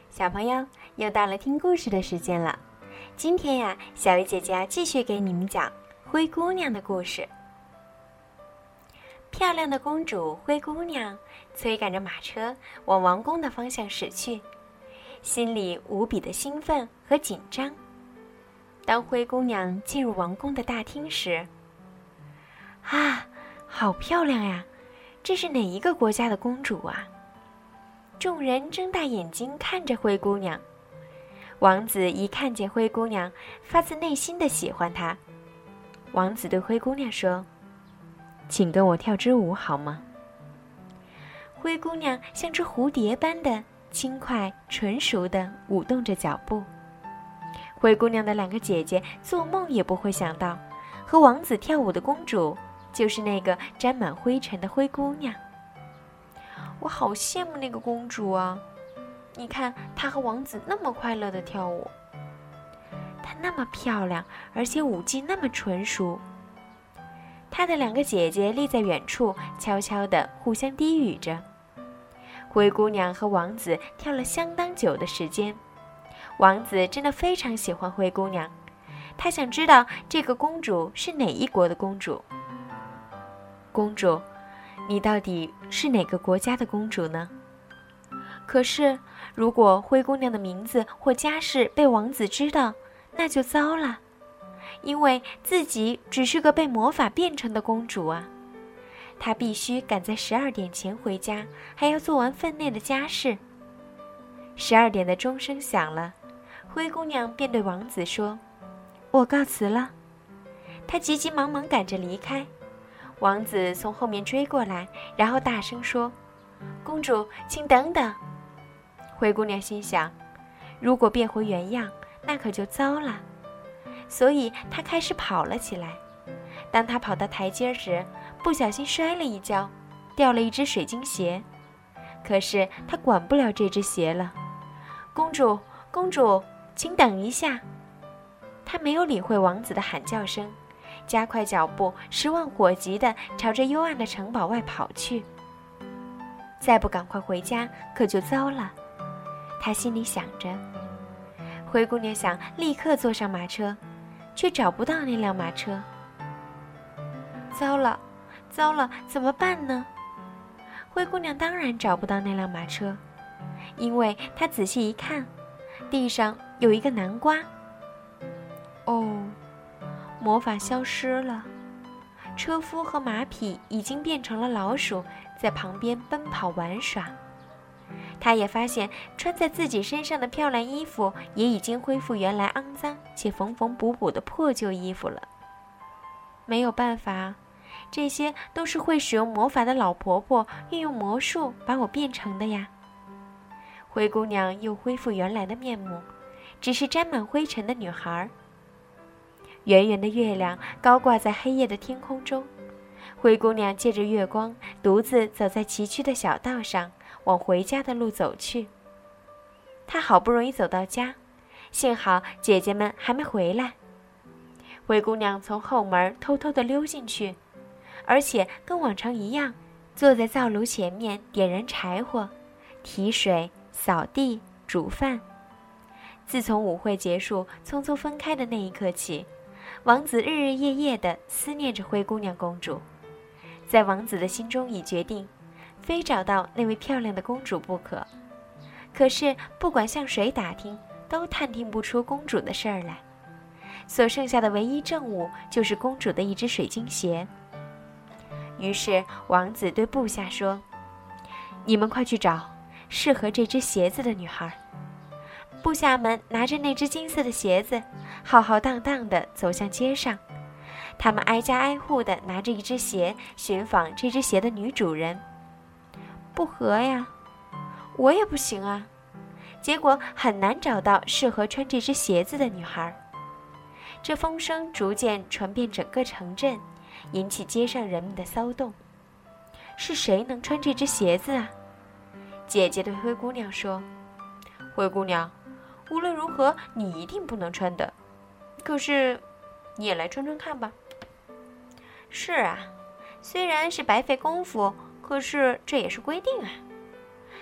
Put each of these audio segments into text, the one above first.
小朋友，又到了听故事的时间了。今天呀，小鱼姐姐要继续给你们讲灰姑娘的故事。漂亮的公主灰姑娘催赶着马车往王宫的方向驶去，心里无比的兴奋和紧张。当灰姑娘进入王宫的大厅时，啊，好漂亮呀！这是哪一个国家的公主啊？众人睁大眼睛看着灰姑娘。王子一看见灰姑娘，发自内心的喜欢她。王子对灰姑娘说：“请跟我跳支舞好吗？”灰姑娘像只蝴蝶般的轻快纯熟地舞动着脚步。灰姑娘的两个姐姐做梦也不会想到，和王子跳舞的公主就是那个沾满灰尘的灰姑娘。我好羡慕那个公主啊！你看她和王子那么快乐地跳舞，她那么漂亮，而且舞技那么纯熟。她的两个姐姐立在远处，悄悄地互相低语着。灰姑娘和王子跳了相当久的时间。王子真的非常喜欢灰姑娘，他想知道这个公主是哪一国的公主。公主，你到底是哪个国家的公主呢？可是，如果灰姑娘的名字或家世被王子知道，那就糟了，因为自己只是个被魔法变成的公主啊。她必须赶在12点前回家，还要做完分内的家事。12点的钟声响了，灰姑娘便对王子说：“我告辞了。”她急急忙忙赶着离开。王子从后面追过来，然后大声说：“公主，请等等。”灰姑娘心想，如果变回原样，那可就糟了。所以她开始跑了起来。当她跑到台阶时，不小心摔了一跤，掉了一只水晶鞋。可是她管不了这只鞋了。公主，公主，请等一下。她没有理会王子的喊叫声，加快脚步，十万火急地朝着幽暗的城堡外跑去。再不赶快回家，可就糟了。她心里想着。灰姑娘想立刻坐上马车，却找不到那辆马车。糟了，糟了，怎么办呢？灰姑娘当然找不到那辆马车，因为她仔细一看，地上有一个南瓜。哦，魔法消失了，车夫和马匹已经变成了老鼠，在旁边奔跑玩耍。他也发现穿在自己身上的漂亮衣服也已经恢复原来肮脏且缝缝补补的破旧衣服了。没有办法，这些都是会使用魔法的老婆婆运用魔术把我变成的呀。灰姑娘又恢复原来的面目，只是沾满灰尘的女孩。圆圆的月亮高挂在黑夜的天空中，灰姑娘借着月光独自走在崎岖的小道上，往回家的路走去。她好不容易走到家，幸好姐姐们还没回来。灰姑娘从后门偷偷地溜进去，而且跟往常一样，坐在灶炉前面点燃柴火，提水、扫地、煮饭。自从舞会结束，匆匆分开的那一刻起，王子日日夜夜地思念着灰姑娘公主。在王子的心中已决定，非找到那位漂亮的公主不可。可是不管向谁打听，都探听不出公主的事儿来。所剩下的唯一证物就是公主的一只水晶鞋。于是王子对部下说：“你们快去找适合这只鞋子的女孩。”部下们拿着那只金色的鞋子，浩浩荡荡地走向街上。他们挨家挨户地拿着一只鞋，寻访这只鞋的女主人。不合呀，我也不行啊。结果很难找到适合穿这只鞋子的女孩。这风声逐渐传遍整个城镇，引起街上人们的骚动。是谁能穿这只鞋子啊？姐姐对灰姑娘说：“灰姑娘，无论如何你一定不能穿的。可是你也来穿穿看吧。”是啊，虽然是白费功夫，可是这也是规定啊。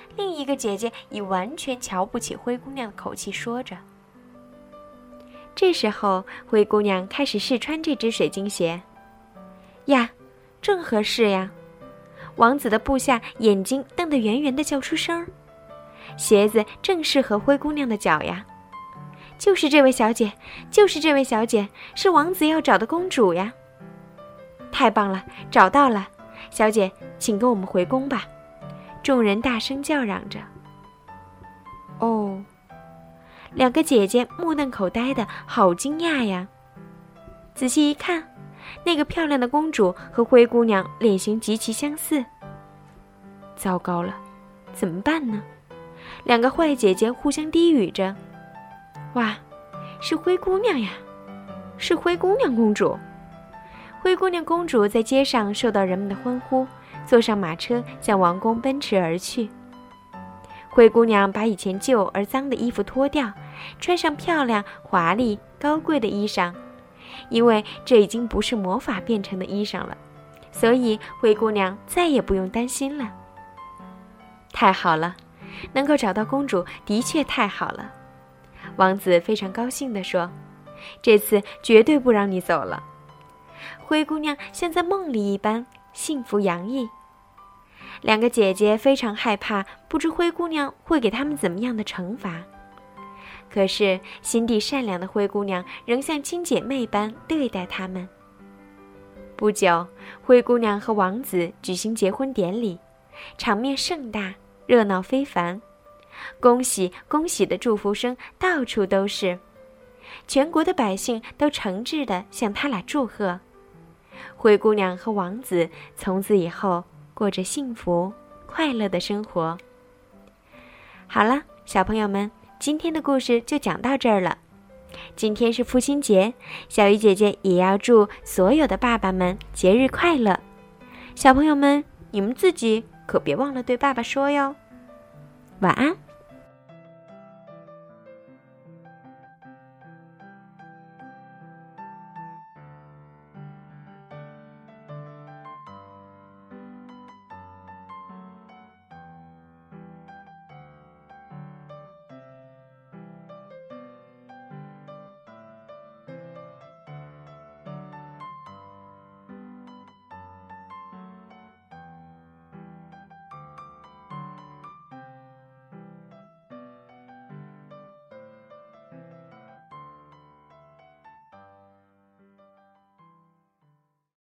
另一个姐姐以完全瞧不起灰姑娘的口气说着。这时候，灰姑娘开始试穿这只水晶鞋。呀，正合适呀！王子的部下眼睛瞪得圆圆的，叫出声儿。鞋子正适合灰姑娘的脚呀！就是这位小姐，就是这位小姐，是王子要找的公主呀！太棒了，找到了！小姐，请跟我们回宫吧！众人大声叫嚷着。哦，两个姐姐目瞪口呆的，好惊讶呀！仔细一看，那个漂亮的公主和灰姑娘脸型极其相似。糟糕了，怎么办呢？两个坏姐姐互相低语着。哇，是灰姑娘呀，是灰姑娘公主。灰姑娘公主在街上受到人们的欢呼，坐上马车向王宫奔驰而去。灰姑娘把以前旧而脏的衣服脱掉，穿上漂亮、华丽、高贵的衣裳。因为这已经不是魔法变成的衣裳了，所以灰姑娘再也不用担心了。太好了，能够找到公主的确太好了。王子非常高兴地说，这次绝对不让你走了。灰姑娘像在梦里一般幸福洋溢。两个姐姐非常害怕，不知灰姑娘会给她们怎么样的惩罚。可是心地善良的灰姑娘仍像亲姐妹般对待她们。不久，灰姑娘和王子举行结婚典礼，场面盛大，热闹非凡。恭喜恭喜的祝福声到处都是，全国的百姓都诚挚地向他俩祝贺。灰姑娘和王子从此以后过着幸福快乐的生活。好了，小朋友们，今天的故事就讲到这儿了。今天是父亲节，小鱼姐姐也要祝所有的爸爸们节日快乐。小朋友们，你们自己可别忘了对爸爸说哟。晚安。